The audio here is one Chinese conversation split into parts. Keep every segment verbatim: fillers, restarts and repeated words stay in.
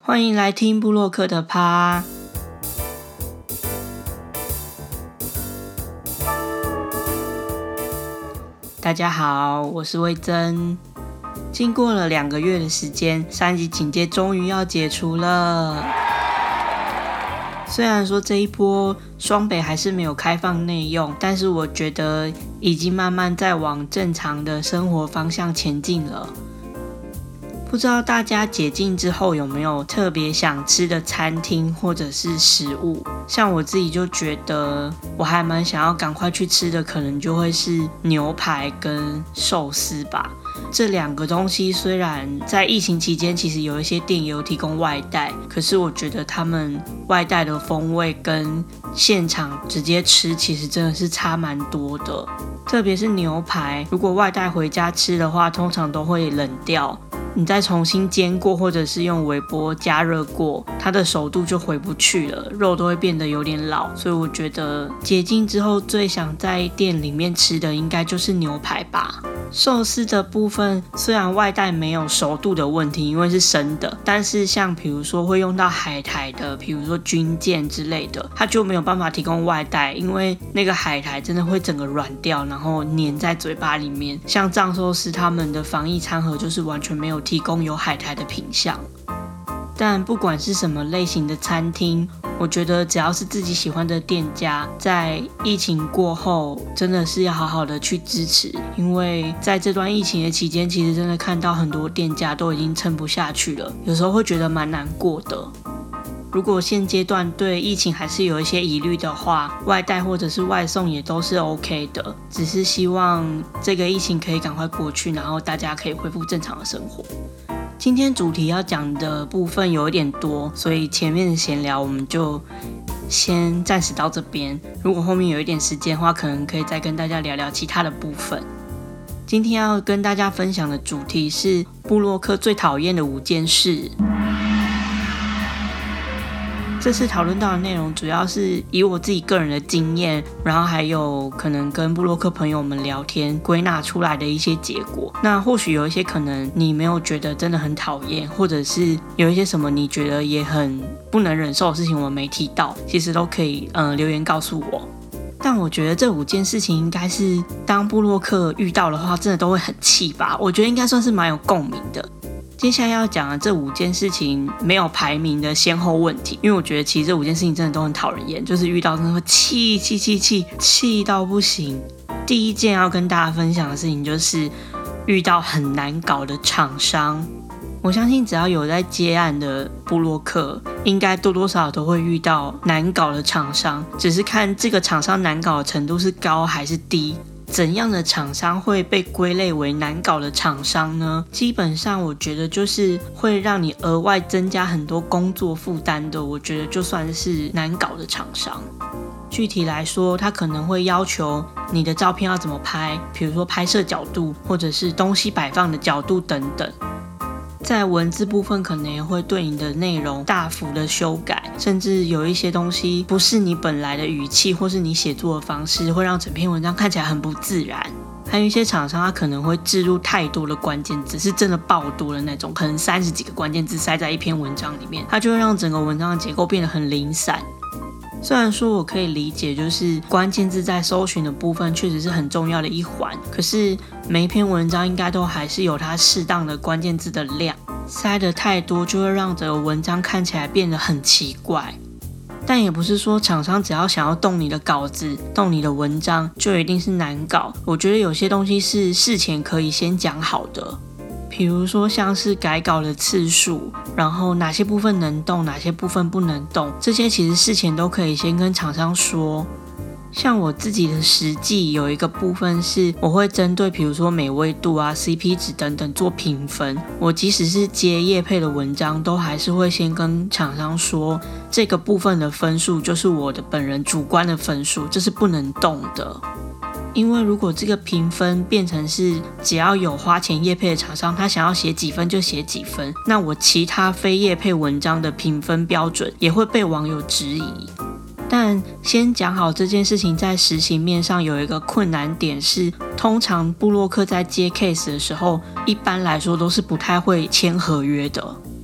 欢迎来听部落客的趴。大家好，我是魏珍。经过了两个月的时间，三级警戒终于要解除了。虽然说这一波双北还是没有开放内用，但是我觉得已经慢慢在往正常的生活方向前进了。不知道大家解禁之后有没有特别想吃的餐厅或者是食物？像我自己就觉得我还蛮想要赶快去吃的，可能就会是牛排跟寿司吧。这两个东西虽然在疫情期间其实有一些店也有提供外带，可是我觉得他们外带的风味跟现场直接吃其实真的是差蛮多的。特别是牛排，如果外带回家吃的话，通常都会冷掉，你再重新煎过或者是用微波加热过，它的熟度就回不去了，肉都会变得有点老。所以我觉得解禁之后最想在店里面吃的应该就是牛排吧。寿司的部分虽然外带没有熟度的问题，因为是生的，但是像比如说会用到海苔的，比如说军舰之类的，它就没有办法提供外带，因为那个海苔真的会整个软掉，然后粘在嘴巴里面。像藏寿司他们的防疫餐盒就是完全没有提供有海苔的品项。但不管是什么类型的餐厅，我觉得只要是自己喜欢的店家，在疫情过后真的是要好好的去支持，因为在这段疫情的期间，其实真的看到很多店家都已经撑不下去了，有时候会觉得蛮难过的。如果现阶段对疫情还是有一些疑虑的话，外带或者是外送也都是 OK 的，只是希望这个疫情可以赶快过去，然后大家可以恢复正常的生活。今天主题要讲的部分有一点多，所以前面的闲聊我们就先暂时到这边。如果后面有一点时间的话，可能可以再跟大家聊聊其他的部分。今天要跟大家分享的主题是部落客最讨厌的五件事。这次讨论到的内容主要是以我自己个人的经验，然后还有可能跟部落客朋友们聊天归纳出来的一些结果。那或许有一些可能你没有觉得真的很讨厌，或者是有一些什么你觉得也很不能忍受的事情我没提到，其实都可以、呃、留言告诉我。但我觉得这五件事情应该是当部落客遇到的话真的都会很气吧，我觉得应该算是蛮有共鸣的。接下来要讲的这五件事情没有排名的先后问题，因为我觉得其实这五件事情真的都很讨人厌，就是遇到真的会气气气气气到不行。第一件要跟大家分享的事情就是遇到很难搞的厂商。我相信只要有在接案的部落客，应该多多少少都会遇到难搞的厂商，只是看这个厂商难搞的程度是高还是低。怎样的厂商会被归类为难搞的厂商呢？基本上我觉得就是会让你额外增加很多工作负担的，我觉得就算是难搞的厂商。具体来说，他可能会要求你的照片要怎么拍，比如说拍摄角度，或者是东西摆放的角度等等。在文字部分可能也会对你的内容大幅的修改，甚至有一些东西不是你本来的语气或是你写作的方式，会让整篇文章看起来很不自然。还有一些厂商他可能会置入太多的关键字，是真的爆多的那种，可能三十几个关键字塞在一篇文章里面，它就会让整个文章的结构变得很零散。虽然说我可以理解，就是关键字在搜寻的部分确实是很重要的一环，可是每一篇文章应该都还是有它适当的关键字的量，塞得太多就会让整个文章看起来变得很奇怪。但也不是说厂商只要想要动你的稿子、动你的文章就一定是难搞，我觉得有些东西是事前可以先讲好的。比如说像是改稿的次数，然后哪些部分能动，哪些部分不能动，这些其实事前都可以先跟厂商说。像我自己的实际有一个部分是我会针对比如说美味度啊 C P 值等等做评分，我即使是接业配的文章都还是会先跟厂商说这个部分的分数就是我的本人主观的分数，这是不能动的。因为如果这个评分变成是只要有花钱业配的厂商他想要写几分就写几分，那我其他非业配文章的评分标准也会被网友质疑。但先讲好这件事情在实行面上有一个困难点是，通常部落客在接 case 的时候一般来说都是不太会签合约的。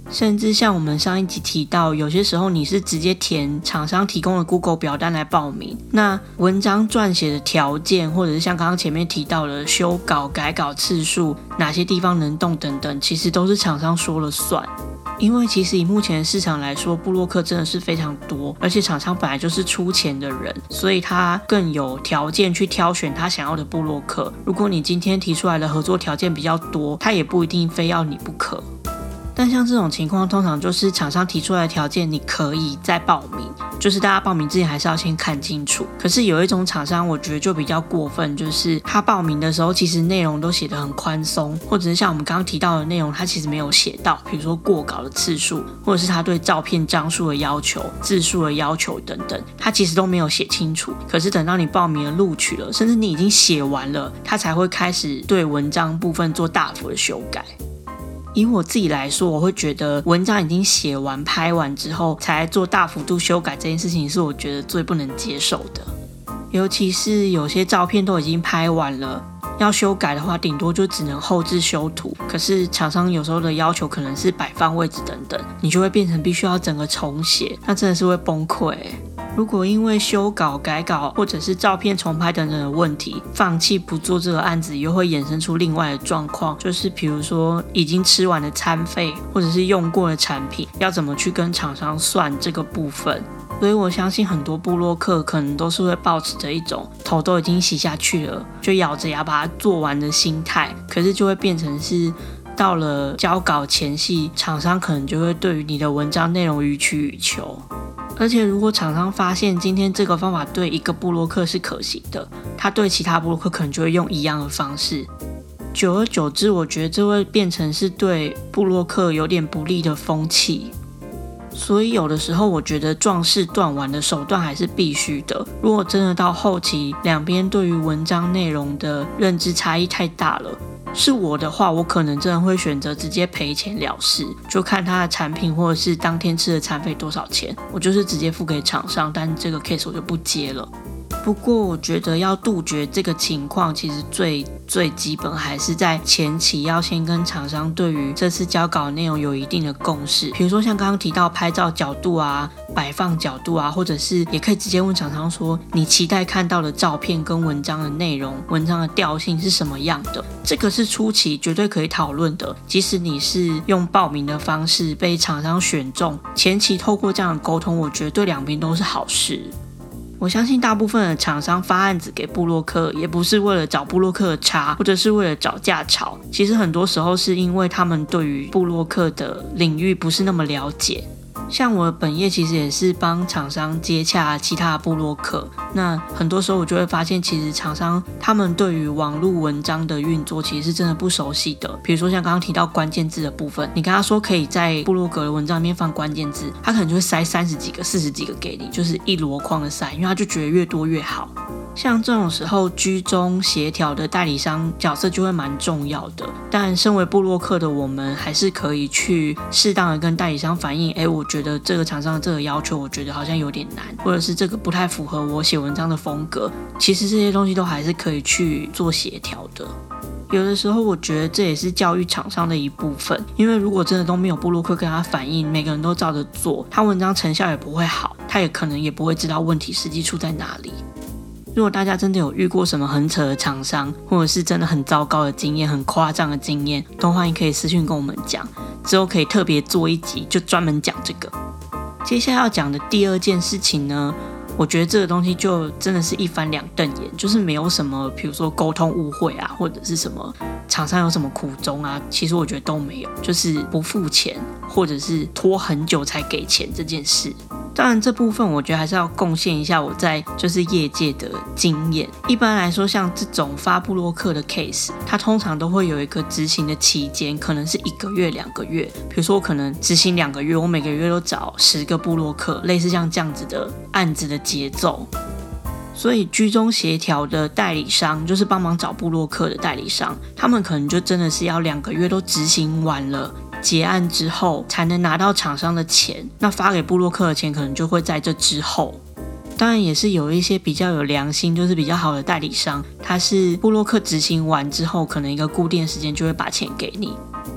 甚至像我们上一集提到，有些时候你是直接填厂商提供的 Google 表单来报名，那文章撰写的条件，或者是像刚刚前面提到的修稿、改稿次数，哪些地方能动等等，其实都是厂商说了算。因为其实以目前的市场来说，部落客真的是非常多，而且厂商本来就是出钱的人，所以他更有条件去挑选他想要的部落客。如果你今天提出来的合作条件比较多，他也不一定非要你不可。但像这种情况，通常就是厂商提出来的条件，你可以再报名，就是大家报名之前还是要先看清楚。可是有一种厂商，我觉得就比较过分，就是他报名的时候，其实内容都写得很宽松，或者是像我们刚刚提到的内容，他其实没有写到，比如说过稿的次数，或者是他对照片张数的要求、字数的要求等等，他其实都没有写清楚。可是等到你报名了、录取了，甚至你已经写完了，他才会开始对文章部分做大幅的修改。以我自己来说，我会觉得文章已经写完、拍完之后才做大幅度修改这件事情，是我觉得最不能接受的。尤其是有些照片都已经拍完了，要修改的话，顶多就只能后置修图。可是厂商有时候的要求可能是摆放位置等等，你就会变成必须要整个重写，那真的是会崩溃欸。如果因为修稿、改稿或者是照片重拍等等的问题，放弃不做这个案子，又会衍生出另外的状况，就是比如说已经吃完的餐费，或者是用过的产品，要怎么去跟厂商算这个部分。所以我相信很多部落客可能都是会抱持着一种头都已经洗下去了，就咬着牙把它做完的心态，可是就会变成是到了交稿前夕，厂商可能就会对于你的文章内容予取予求。而且如果厂商发现今天这个方法对一个部落客是可行的，他对其他部落客可能就会用一样的方式。久而久之，我觉得这会变成是对部落客有点不利的风气。所以有的时候我觉得壮士断腕的手段还是必须的。如果真的到后期两边对于文章内容的认知差异太大了，是我的话，我可能真的会选择直接赔钱了事，就看他的产品或者是当天吃的餐费多少钱，我就是直接付给厂商，但这个 case 我就不接了。不过我觉得要杜绝这个情况，其实最最基本还是在前期要先跟厂商对于这次交稿的内容有一定的共识。比如说像刚刚提到拍照角度啊、摆放角度啊，或者是也可以直接问厂商说，你期待看到的照片跟文章的内容、文章的调性是什么样的？这个是初期绝对可以讨论的。即使你是用报名的方式被厂商选中，前期透过这样的沟通，我觉得对两边都是好事。我相信大部分的厂商发案子给部落客，也不是为了找部落客的茬，或者是为了找架吵。其实很多时候是因为他们对于部落客的领域不是那么了解。像我的本业其实也是帮厂商接洽其他的部落客，那很多时候我就会发现，其实厂商他们对于网络文章的运作其实是真的不熟悉的。比如说像刚刚提到关键字的部分，你跟他说可以在部落格的文章里面放关键字，他可能就会塞三十几个、四十几个给你，就是一箩筐的塞，因为他就觉得越多越好。像这种时候，居中协调的代理商角色就会蛮重要的。但身为部落客的我们，还是可以去适当的跟代理商反映，哎，我觉得这个厂商的这个要求，我觉得好像有点难，或者是这个不太符合我写文章的风格。其实这些东西都还是可以去做协调的。有的时候我觉得这也是教育厂商的一部分，因为如果真的都没有部落客跟他反映，每个人都照着做，他文章成效也不会好，他也可能也不会知道问题实际出在哪里。如果大家真的有遇过什么很扯的厂商，或者是真的很糟糕的经验、很夸张的经验，都欢迎可以私讯跟我们讲，之后可以特别做一集就专门讲这个。接下来要讲的第二件事情呢，我觉得这个东西就真的是一翻两瞪眼，就是没有什么比如说沟通误会啊，或者是什么厂商有什么苦衷啊，其实我觉得都没有，就是不付钱或者是拖很久才给钱这件事。当然这部分我觉得还是要贡献一下我在就是业界的经验。一般来说像这种发部落客的 case， 它通常都会有一个执行的期间，可能是一个月两个月。比如说我可能执行两个月，我每个月都找十个部落客，类似像这样子的案子的节奏。所以居中协调的代理商，就是帮忙找部落客的代理商，他们可能就真的是要两个月都执行完了，结案之后才能拿到厂商的钱，那发给部落客的钱可能就会在这之后。当然也是有一些比较有良心，就是比较好的代理商，他是部落客执行完之后，可能一个固定的时间就会把钱给你。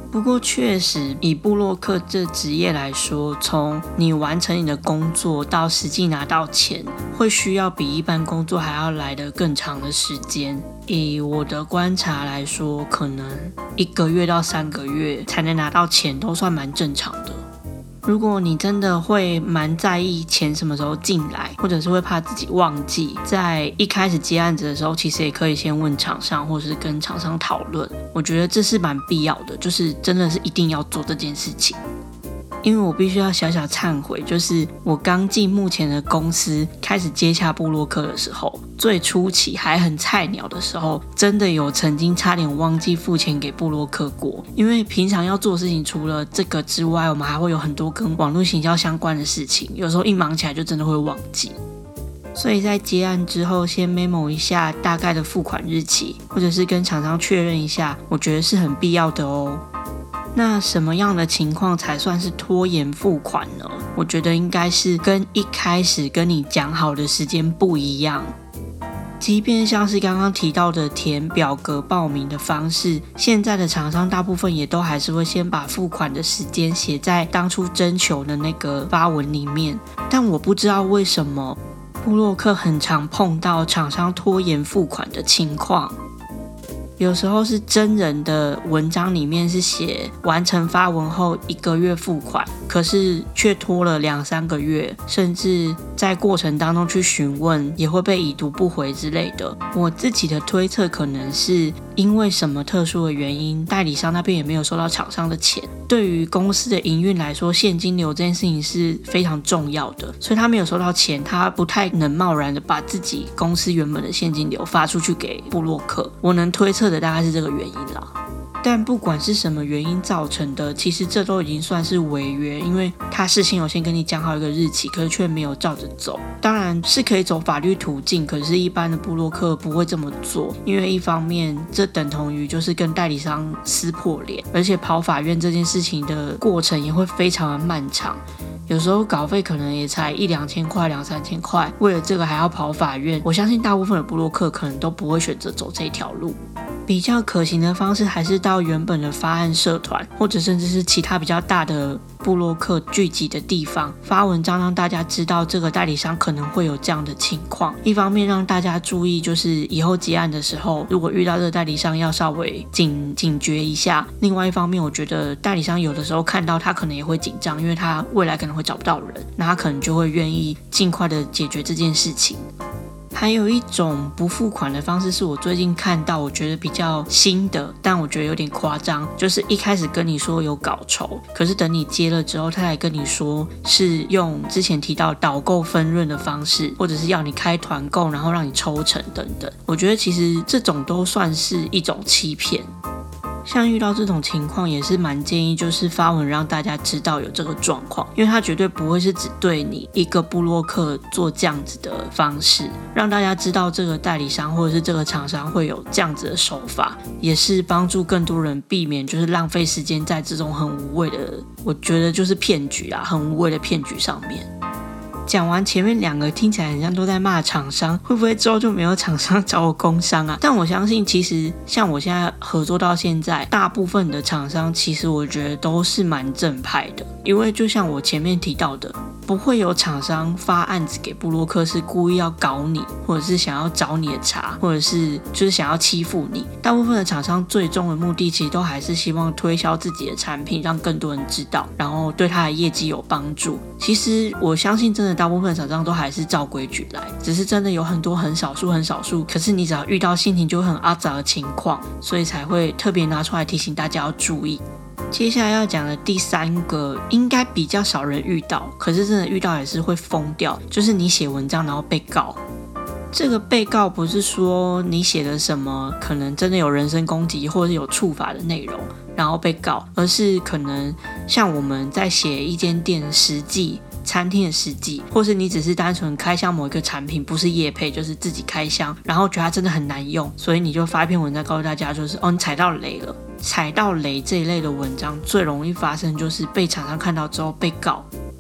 不过确实以部落客这职业来说，从你完成你的工作到实际拿到钱，会需要比一般工作还要来得更长的时间。以我的观察来说，可能一个月到三个月才能拿到钱都算蛮正常的。如果你真的会蛮在意钱什么时候进来，或者是会怕自己忘记，在一开始接案子的时候，其实也可以先问厂商，或是跟厂商讨论。我觉得这是蛮必要的，就是真的是一定要做这件事情。因为我必须要小小忏悔，就是我刚进目前的公司开始接洽部落客的时候，最初期还很菜鸟的时候，真的有曾经差点忘记付钱给部落客过。因为平常要做的事情除了这个之外，我们还会有很多跟网络行销相关的事情，有时候一忙起来就真的会忘记。所以在接案之后，先 memo 一下大概的付款日期，或者是跟厂商确认一下，我觉得是很必要的哦。那什么样的情况才算是拖延付款呢？我觉得应该是跟一开始跟你讲好的时间不一样。即便像是刚刚提到的填表格报名的方式，现在的厂商大部分也都还是会先把付款的时间写在当初征求的那个发文里面。但我不知道为什么部落客很常碰到厂商拖延付款的情况。有时候是真人的文章里面是写完成发文后一个月付款，可是却拖了两三个月，甚至在过程当中去询问也会被已读不回之类的。我自己的推测可能是因为什么特殊的原因，代理商那边也没有收到厂商的钱。对于公司的营运来说，现金流这件事情是非常重要的，所以他没有收到钱，他不太能贸然的把自己公司原本的现金流发出去给部落客。我能推测的大概是这个原因啦。但不管是什么原因造成的，其实这都已经算是违约，因为他事先有先跟你讲好一个日期，可是却没有照着走。当然是可以走法律途径，可是一般的部落客不会这么做，因为一方面这等同于就是跟代理商撕破脸，而且跑法院这件事情的过程也会非常的漫长。有时候稿费可能也才一两千块、两三千块，为了这个还要跑法院，我相信大部分的部落客可能都不会选择走这条路。比较可行的方式还是到原本的发案社团，或者甚至是其他比较大的部落客聚集的地方发文章，让大家知道这个代理商可能会有这样的情况。一方面让大家注意，就是以后结案的时候，如果遇到这个代理商要稍微警警觉一下。另外一方面，我觉得代理商有的时候看到他可能也会紧张，因为他未来可能会找不到人，那他可能就会愿意尽快的解决这件事情。还有一种不付款的方式是我最近看到我觉得比较新的，但我觉得有点夸张，就是一开始跟你说有稿酬，可是等你接了之后他来跟你说是用之前提到导购分润的方式，或者是要你开团购然后让你抽成等等。我觉得其实这种都算是一种欺骗。像遇到这种情况也是蛮建议就是发文让大家知道有这个状况，因为他绝对不会是只对你一个部落客做这样子的方式，让大家知道这个代理商或者是这个厂商会有这样子的手法，也是帮助更多人避免就是浪费时间在这种很无谓的，我觉得就是骗局啊，很无谓的骗局上面。讲完前面两个听起来很像都在骂厂商，会不会之后就没有厂商找我工商啊？但我相信其实像我现在合作到现在，大部分的厂商其实我觉得都是蛮正派的，因为就像我前面提到的，不会有厂商发案子给部落客是故意要搞你，或者是想要找你的茬，或者是就是想要欺负你。大部分的厂商最终的目的其实都还是希望推销自己的产品，让更多人知道，然后对他的业绩有帮助。其实我相信真的大部分的厂商都还是照规矩来，只是真的有很多很少数很少数，可是你只要遇到心情就会很阿杂的情况，所以才会特别拿出来提醒大家要注意。接下来要讲的第三个应该比较少人遇到，可是真的遇到也是会疯掉，就是你写文章然后被告。这个被告不是说你写了什么可能真的有人身攻击或者是有触法的内容然后被告，而是可能像我们在写一间店的实际餐厅的实际，或是你只是单纯开箱某一个产品，不是业配就是自己开箱，然后觉得它真的很难用，所以你就发一篇文章告诉大家就是哦你踩到雷了。踩到雷这一类的文章最容易发生就是被厂商看到之后被告。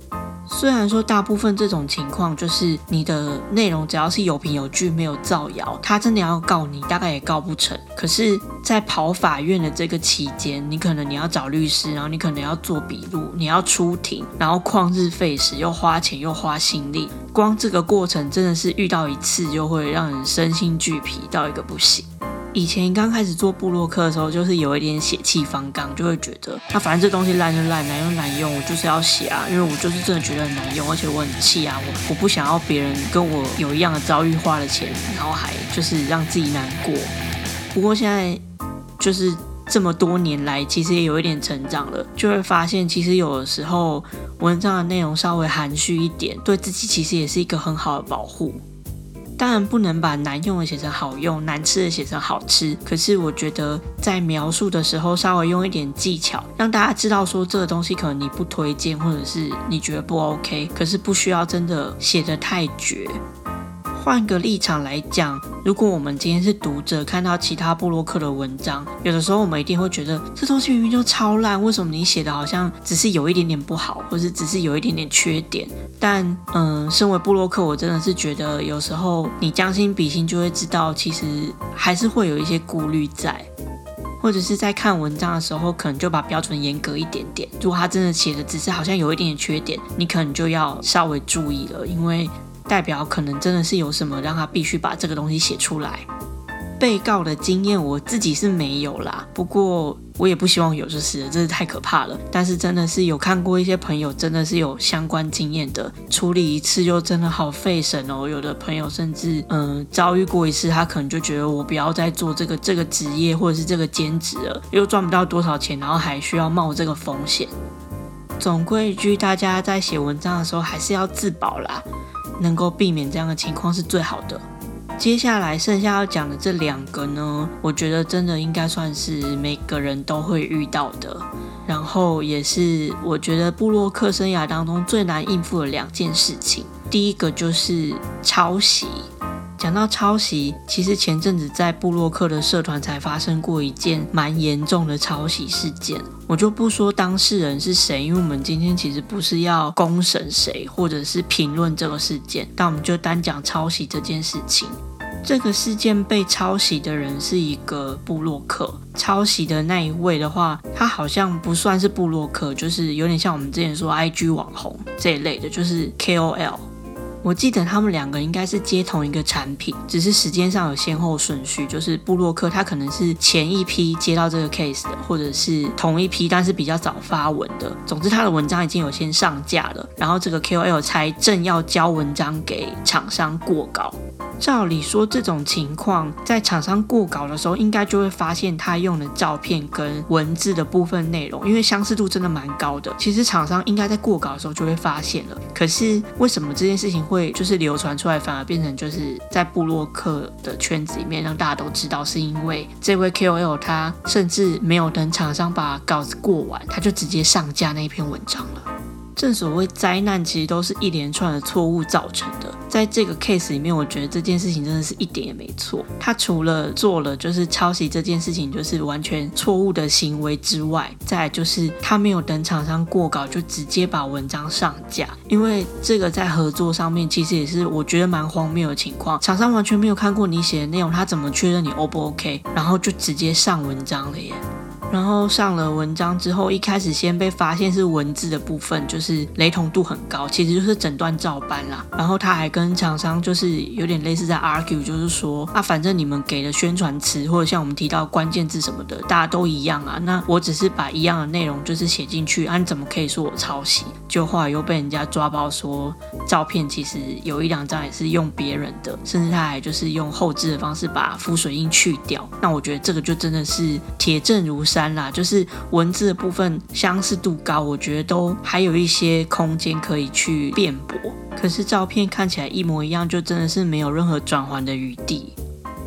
虽然说大部分这种情况就是你的内容只要是有凭有据没有造谣，他真的要告你大概也告不成。可是在跑法院的这个期间，你可能你要找律师，然后你可能要做笔录，你要出庭，然后旷日费时，又花钱又花心力，光这个过程真的是遇到一次就会让人身心俱疲到一个不行。以前刚开始做部落客的时候，就是有一点血气方刚，就会觉得那、啊、反正这东西烂就烂，难用难用，我就是要写啊，因为我就是真的觉得很难用，而且我很气啊，我我不想要别人跟我有一样的遭遇，花了钱，然后还就是让自己难过。不过现在就是这么多年来，其实也有一点成长了，就会发现其实有的时候文章的内容稍微含蓄一点，对自己其实也是一个很好的保护。当然不能把难用的写成好用，难吃的写成好吃，可是我觉得在描述的时候稍微用一点技巧，让大家知道说这个东西可能你不推荐，或者是你觉得不 OK， 可是不需要真的写得太绝。换个立场来讲，如果我们今天是读者，看到其他部落客的文章，有的时候我们一定会觉得这东西明明就超烂，为什么你写的好像只是有一点点不好，或是只是有一点点缺点。但嗯，身为部落客，我真的是觉得有时候你将心比心，就会知道其实还是会有一些顾虑在，或者是在看文章的时候，可能就把标准严格一点点。如果他真的写的只是好像有一点点缺点，你可能就要稍微注意了，因为代表可能真的是有什么让他必须把这个东西写出来。被告的经验我自己是没有啦，不过我也不希望有就是了，这是太可怕了。但是真的是有看过一些朋友真的是有相关经验的，处理一次就真的好费神哦。有的朋友甚至嗯遭遇过一次，他可能就觉得我不要再做这个这个职业或者是这个兼职了，又赚不到多少钱，然后还需要冒这个风险。总归一句，大家在写文章的时候还是要自保啦，能够避免这样的情况是最好的。接下来剩下要讲的这两个呢，我觉得真的应该算是每个人都会遇到的，然后也是我觉得部落客生涯当中最难应付的两件事情。第一个就是抄袭。讲到抄袭，其实前阵子在部落客的社团才发生过一件蛮严重的抄袭事件，我就不说当事人是谁，因为我们今天其实不是要公审谁或者是评论这个事件，但我们就单讲抄袭这件事情。这个事件被抄袭的人是一个部落客，抄袭的那一位的话，他好像不算是部落客，就是有点像我们之前说 I G 网红这一类的，就是 K O L。我记得他们两个应该是接同一个产品，只是时间上有先后顺序，就是部落客他可能是前一批接到这个 case 的，或者是同一批但是比较早发文的。总之他的文章已经有先上架了，然后这个 K O L 才正要交文章给厂商过稿。照理说这种情况在厂商过稿的时候，应该就会发现他用的照片跟文字的部分内容，因为相似度真的蛮高的，其实厂商应该在过稿的时候就会发现了。可是为什么这件事情会就是流传出来，反而变成就是在部落客的圈子里面让大家都知道，是因为这位 K O L 他甚至没有等厂商把稿子过完，他就直接上架那一篇文章了。正所谓灾难其实都是一连串的错误造成的，在这个 case 里面，我觉得这件事情真的是一点也没错。他除了做了就是抄袭这件事情就是完全错误的行为之外，再来就是他没有等厂商过稿就直接把文章上架，因为这个在合作上面其实也是我觉得蛮荒谬的情况，厂商完全没有看过你写的内容，他怎么确认你 O 不 OK， 然后就直接上文章了耶。然后上了文章之后，一开始先被发现是文字的部分就是雷同度很高，其实就是整段照搬啦。然后他还跟厂商就是有点类似在 argue， 就是说啊，反正你们给的宣传词或者像我们提到关键字什么的大家都一样啊，那我只是把一样的内容就是写进去啊，你怎么可以说我抄袭？就后来又被人家抓包说照片其实有一两张也是用别人的，甚至他还就是用后置的方式把浮水印去掉。那我觉得这个就真的是铁证如山啦，就是文字的部分相似度高，我觉得都还有一些空间可以去辩驳。可是照片看起来一模一样，就真的是没有任何转圜的余地。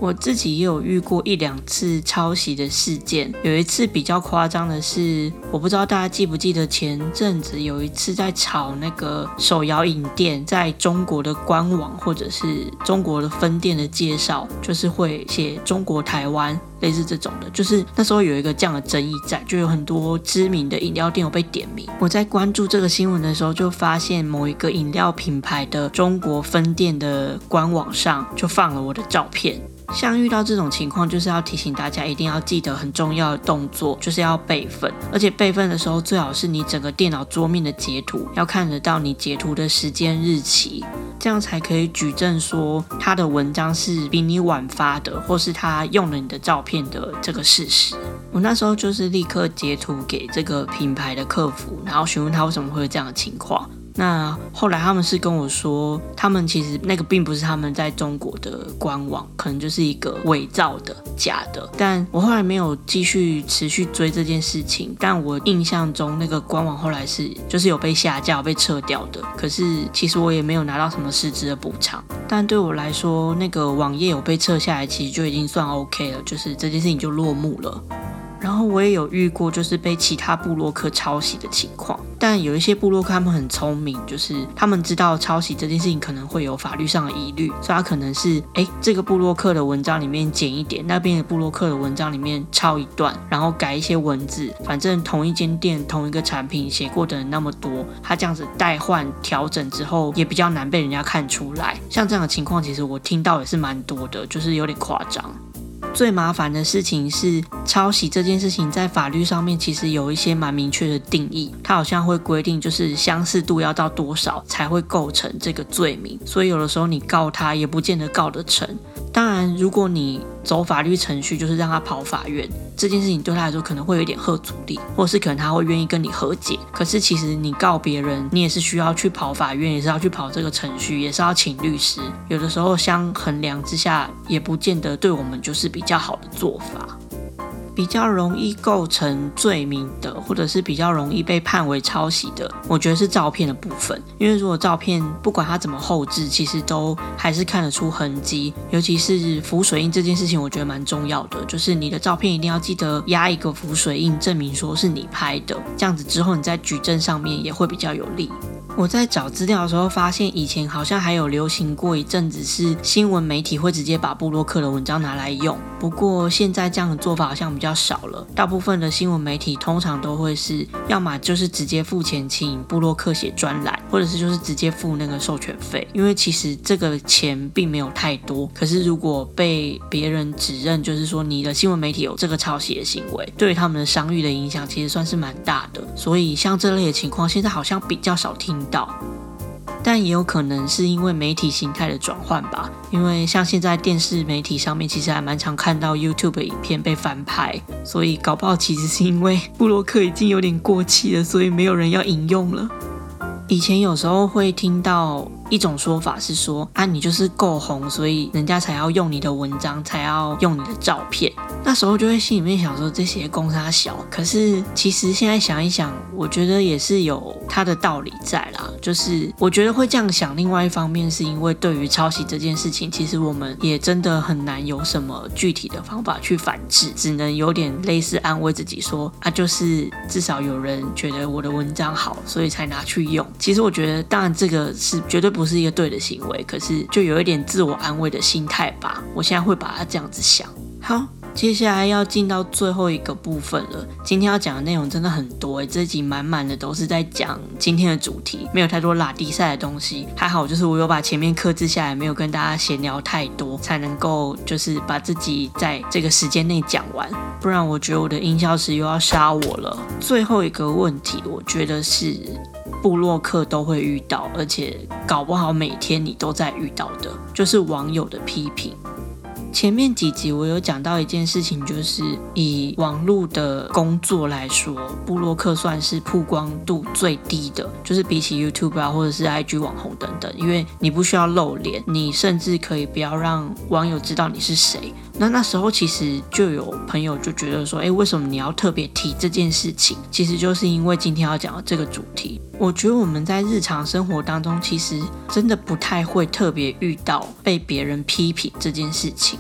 我自己也有遇过一两次抄袭的事件，有一次比较夸张的是，我不知道大家记不记得前阵子有一次在炒那个手摇饮店在中国的官网或者是中国的分店的介绍，就是会写中国台湾类似这种的，就是那时候有一个这样的争议在，就有很多知名的饮料店有被点名。我在关注这个新闻的时候，就发现某一个饮料品牌的中国分店的官网上就放了我的照片。像遇到这种情况，就是要提醒大家一定要记得很重要的动作，就是要备份，而且备份的时候最好是你整个电脑桌面的截图，要看得到你截图的时间日期，这样才可以举证说他的文章是比你晚发的，或是他用了你的照片的这个事实。我那时候就是立刻截图给这个品牌的客服，然后询问他为什么会有这样的情况。那后来他们是跟我说，他们其实那个并不是他们在中国的官网，可能就是一个伪造的假的，但我后来没有继续持续追这件事情，但我印象中那个官网后来是就是有被下架有被撤掉的，可是其实我也没有拿到什么实质的补偿，但对我来说那个网页有被撤下来其实就已经算 OK 了，就是这件事情就落幕了。然后我也有遇过就是被其他部落客抄袭的情况，但有一些部落客他们很聪明，就是他们知道抄袭这件事情可能会有法律上的疑虑，所以他可能是诶这个部落客的文章里面剪一点，那边的部落客的文章里面抄一段，然后改一些文字，反正同一间店同一个产品写过的人那么多，他这样子代换调整之后也比较难被人家看出来。像这样的情况其实我听到也是蛮多的，就是有点夸张。最麻烦的事情是抄袭这件事情在法律上面其实有一些蛮明确的定义，它好像会规定就是相似度要到多少才会构成这个罪名，所以有的时候你告他也不见得告得成。当然如果你走法律程序，就是让他跑法院，这件事情对他来说可能会有点吓阻力，或是可能他会愿意跟你和解，可是其实你告别人你也是需要去跑法院，也是要去跑这个程序，也是要请律师，有的时候相衡量之下也不见得对我们就是比较好的做法。比较容易构成罪名的，或者是比较容易被判为抄袭的，我觉得是照片的部分。因为如果照片不管它怎么后置，其实都还是看得出痕迹，尤其是浮水印这件事情我觉得蛮重要的，就是你的照片一定要记得压一个浮水印，证明说是你拍的，这样子之后你在举证上面也会比较有利。我在找资料的时候发现，以前好像还有流行过一阵子是新闻媒体会直接把部落客的文章拿来用，不过现在这样的做法好像比较少了，大部分的新闻媒体通常都会是要么就是直接付钱请部落客写专栏，或者是就是直接付那个授权费，因为其实这个钱并没有太多，可是如果被别人指认就是说你的新闻媒体有这个抄袭的行为，对于他们的商誉的影响其实算是蛮大的，所以像这类的情况现在好像比较少听到，但也有可能是因为媒体形态的转换吧，因为像现在电视媒体上面其实还蛮常看到 YouTube 的影片被翻拍，所以搞不好其实是因为部落客已经有点过气了，所以没有人要引用了。以前有时候会听到一种说法是说啊，你就是够红，所以人家才要用你的文章，才要用你的照片。那时候就会心里面想说这些公杀小，可是其实现在想一想，我觉得也是有它的道理在啦。就是我觉得会这样想，另外一方面是因为对于抄袭这件事情，其实我们也真的很难有什么具体的方法去反制，只能有点类似安慰自己说啊，就是至少有人觉得我的文章好，所以才拿去用。其实我觉得当然这个是绝对不是一个对的行为，可是就有一点自我安慰的心态吧，我现在会把它这样子想。好，接下来要进到最后一个部分了。今天要讲的内容真的很多耶，这集满满的都是在讲今天的主题，没有太多拉低赛的东西。还好就是我有把前面克制下来，没有跟大家闲聊太多，才能够就是把自己在这个时间内讲完，不然我觉得我的音效师又要杀我了。最后一个问题，我觉得是部落客都会遇到，而且搞不好每天你都在遇到的，就是网友的批评。前面几集我有讲到一件事情，就是以网络的工作来说，部落客算是曝光度最低的，就是比起 YouTube 啊或者是 I G 网红等等，因为你不需要露脸，你甚至可以不要让网友知道你是谁。那那时候其实就有朋友就觉得说，哎，为什么你要特别提这件事情？其实就是因为今天要讲的这个主题。我觉得我们在日常生活当中，其实真的不太会特别遇到被别人批评这件事情。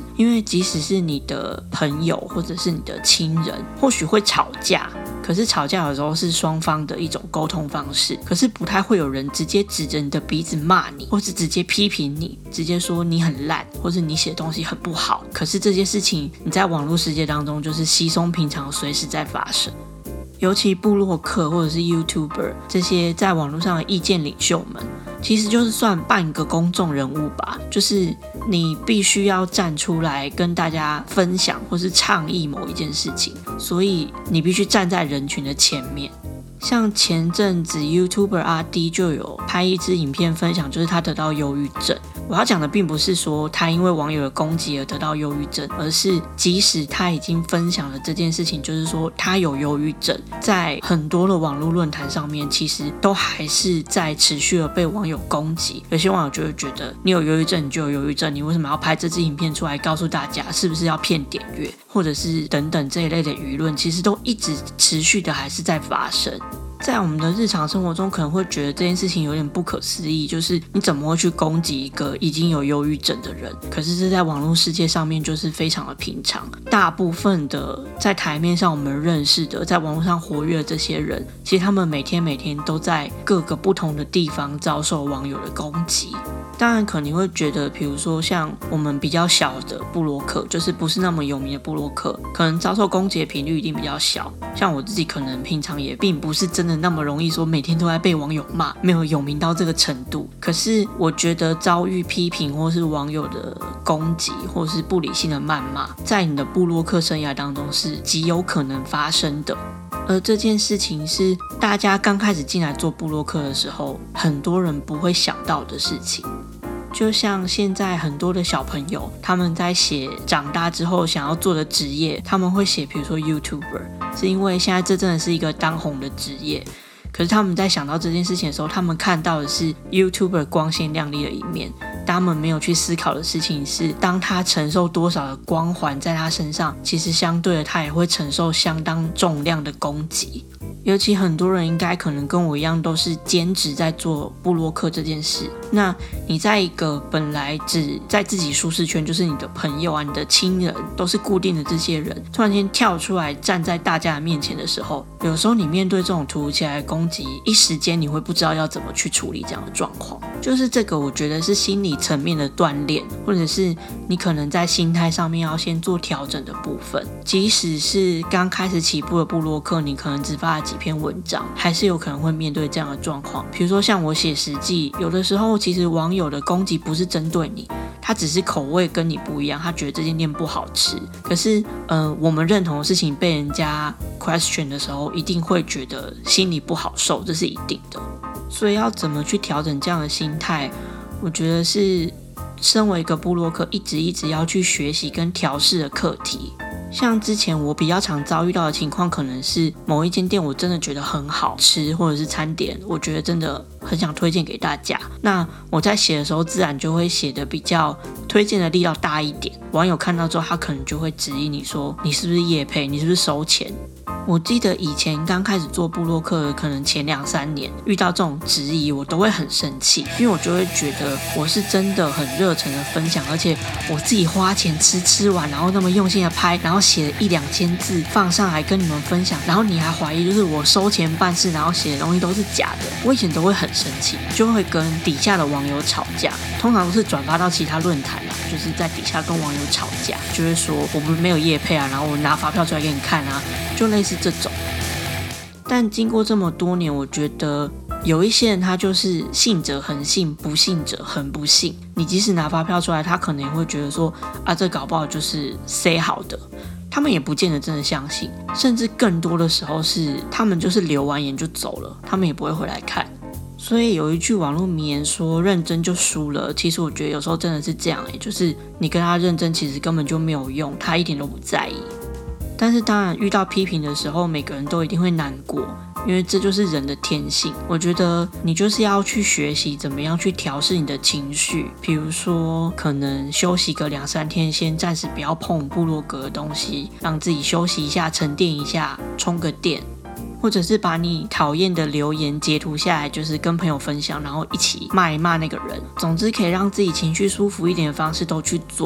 因为即使是你的朋友或者是你的亲人，或许会吵架，可是吵架有时候是双方的一种沟通方式，可是不太会有人直接指着你的鼻子骂你，或是直接批评你，直接说你很烂，或是你写的东西很不好。可是这些事情你在网络世界当中就是稀松平常，随时在发生。尤其部落客或者是 YouTuber 这些在网络上的意见领袖们，其实就是算半个公众人物吧，就是你必须要站出来跟大家分享或是倡议某一件事情，所以你必须站在人群的前面。像前阵子 YouTuber 阿 D 就有拍一支影片分享，就是他得到忧郁症。我要讲的并不是说他因为网友的攻击而得到忧郁症，而是即使他已经分享了这件事情，就是说他有忧郁症，在很多的网络论坛上面其实都还是在持续的被网友攻击。有些网友就会觉得你有忧郁症你就有忧郁症，你为什么要拍这支影片出来告诉大家，是不是要骗点阅，或者是等等这一类的舆论，其实都一直持续的还是在发生。在我们的日常生活中可能会觉得这件事情有点不可思议，就是你怎么会去攻击一个已经有忧郁症的人，可是这在网络世界上面就是非常的平常。大部分的在台面上我们认识的在网络上活跃的这些人，其实他们每天每天都在各个不同的地方遭受网友的攻击。当然可能会觉得比如说像我们比较小的部落客，就是不是那么有名的部落客，可能遭受攻击的频率一定比较小。像我自己可能平常也并不是真的那么容易说每天都在被网友骂，没有有名到这个程度。可是我觉得遭遇批评或是网友的攻击或是不理性的谩骂，在你的部落客生涯当中是极有可能发生的。而这件事情是大家刚开始进来做部落客的时候，很多人不会想到的事情。就像现在很多的小朋友，他们在写长大之后想要做的职业，他们会写比如说 YouTuber， 是因为现在这真的是一个当红的职业。可是他们在想到这件事情的时候，他们看到的是 YouTuber 光鲜亮丽的一面，但他们没有去思考的事情是，当他承受多少的光环在他身上，其实相对的他也会承受相当重量的攻击。尤其很多人应该可能跟我一样都是兼职在做部落客这件事，那你在一个本来只在自己舒适圈，就是你的朋友啊你的亲人都是固定的这些人，突然间跳出来站在大家的面前的时候，有时候你面对这种突如其来的攻击，一时间你会不知道要怎么去处理这样的状况。就是这个我觉得是心理层面的锻炼，或者是你可能在心态上面要先做调整的部分。即使是刚开始起步的部落客，你可能只发了几篇文章，还是有可能会面对这样的状况。比如说像我写实际，有的时候其实网友的攻击不是针对你，他只是口味跟你不一样，他觉得这间店不好吃。可是呃，我们认同的事情被人家 question 的时候，一定会觉得心里不好受，这是一定的。所以要怎么去调整这样的心态，我觉得是身为一个部落客一直一直要去学习跟调试的课题。像之前我比较常遭遇到的情况，可能是某一间店我真的觉得很好吃，或者是餐点我觉得真的很想推荐给大家，那我在写的时候自然就会写的比较推荐的力道大一点。网友看到之后，他可能就会质疑你说你是不是业配，你是不是收钱。我记得以前刚开始做部落客，可能前两三年遇到这种质疑，我都会很生气，因为我就会觉得我是真的很热忱的分享，而且我自己花钱吃吃完，然后那么用心的拍，然后写了一两千字放上来跟你们分享，然后你还怀疑就是我收钱办事，然后写的东西都是假的。我以前都会很生气，就会跟底下的网友吵架，通常都是转发到其他论坛啦，就是在底下跟网友吵架，就会说我们没有业配啊，然后我拿发票出来给你看啊，就类似这种。但经过这么多年，我觉得有一些人他就是信者恒信，不信者恒不信。你即使拿发票出来，他可能也会觉得说啊，这搞不好就是塞好的，他们也不见得真的相信，甚至更多的时候是他们就是留完言就走了，他们也不会回来看。所以有一句网络名言说认真就输了，其实我觉得有时候真的是这样、欸、就是你跟他认真其实根本就没有用，他一点都不在意。但是当然遇到批评的时候，每个人都一定会难过，因为这就是人的天性。我觉得你就是要去学习怎么样去调试你的情绪，比如说可能休息个两三天，先暂时不要碰部落格的东西，让自己休息一下，沉淀一下，充个电，或者是把你讨厌的留言截图下来，就是跟朋友分享，然后一起骂一骂那个人。总之可以让自己情绪舒服一点的方式都去做。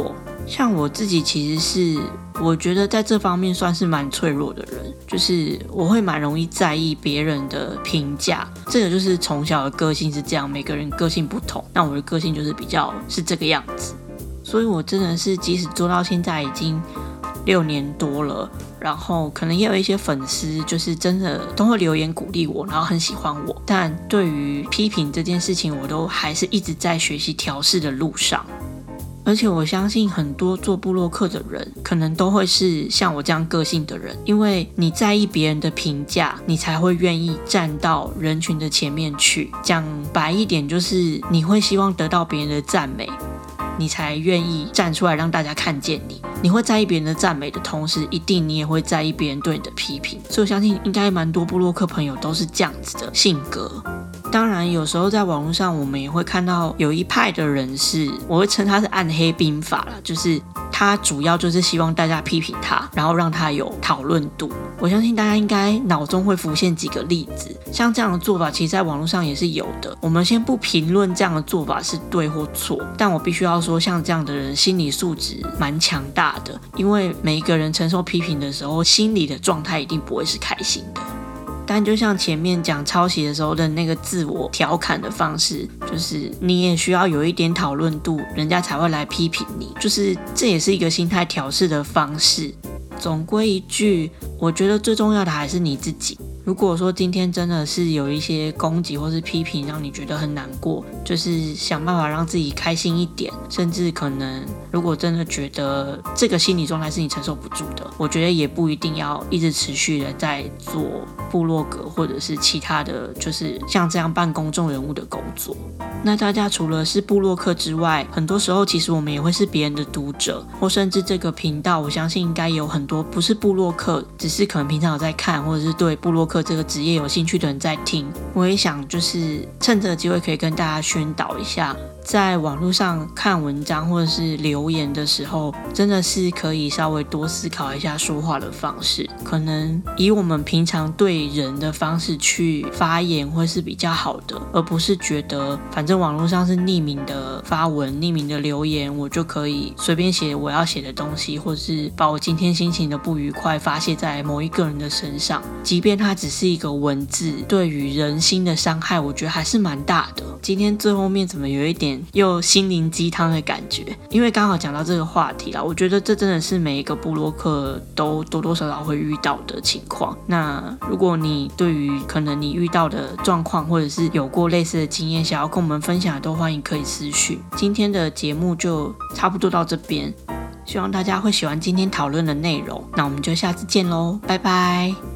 像我自己其实是我觉得在这方面算是蛮脆弱的人，就是我会蛮容易在意别人的评价，这个就是从小的个性是这样，每个人个性不同，那我的个性就是比较是这个样子，所以我真的是即使做到现在已经六年多了，然后可能也有一些粉丝就是真的都会留言鼓励我，然后很喜欢我，但对于批评这件事情我都还是一直在学习调试的路上。而且我相信很多做部落客的人可能都会是像我这样个性的人，因为你在意别人的评价，你才会愿意站到人群的前面去。讲白一点，就是你会希望得到别人的赞美，你才愿意站出来让大家看见你。你会在意别人的赞美的同时，一定你也会在意别人对你的批评。所以我相信应该蛮多部落客朋友都是这样子的性格。当然有时候在网络上我们也会看到有一派的人是，我会称他是暗黑兵法啦，就是他主要就是希望大家批评他，然后让他有讨论度。我相信大家应该脑中会浮现几个例子，像这样的做法其实在网络上也是有的。我们先不评论这样的做法是对或错，但我必须要说，像这样的人心理素质蛮强大的，因为每一个人承受批评的时候，心理的状态一定不会是开心的。但就像前面讲抄袭的时候的那个自我调侃的方式，就是你也需要有一点讨论度，人家才会来批评你，就是这也是一个心态调试的方式。总归一句，我觉得最重要的还是你自己。如果说今天真的是有一些攻击或是批评让你觉得很难过，就是想办法让自己开心一点，甚至可能如果真的觉得这个心理状态是你承受不住的，我觉得也不一定要一直持续的在做部落格或者是其他的就是像这样办公众人物的工作。那大家除了是部落客之外，很多时候其实我们也会是别人的读者，或甚至这个频道我相信应该有很多不是部落客，只是可能平常有在看或者是对部落客这个职业有兴趣的人在听。我也想就是趁这个机会可以跟大家宣导一下，在网络上看文章或者是留言的时候，真的是可以稍微多思考一下说话的方式，可能以我们平常对人的方式去发言会是比较好的，而不是觉得反正网络上是匿名的发文匿名的留言，我就可以随便写我要写的东西，或是把我今天心情的不愉快发泄在某一个人的身上，即便它只是一个文字，对于人心的伤害我觉得还是蛮大的。今天最后面怎么有一点又心灵鸡汤的感觉，因为刚好讲到这个话题啦，我觉得这真的是每一个部落客都多多少少会遇到的情况。那如果你对于可能你遇到的状况或者是有过类似的经验想要跟我们分享的，都欢迎可以私讯。今天的节目就差不多到这边，希望大家会喜欢今天讨论的内容，那我们就下次见咯，拜拜。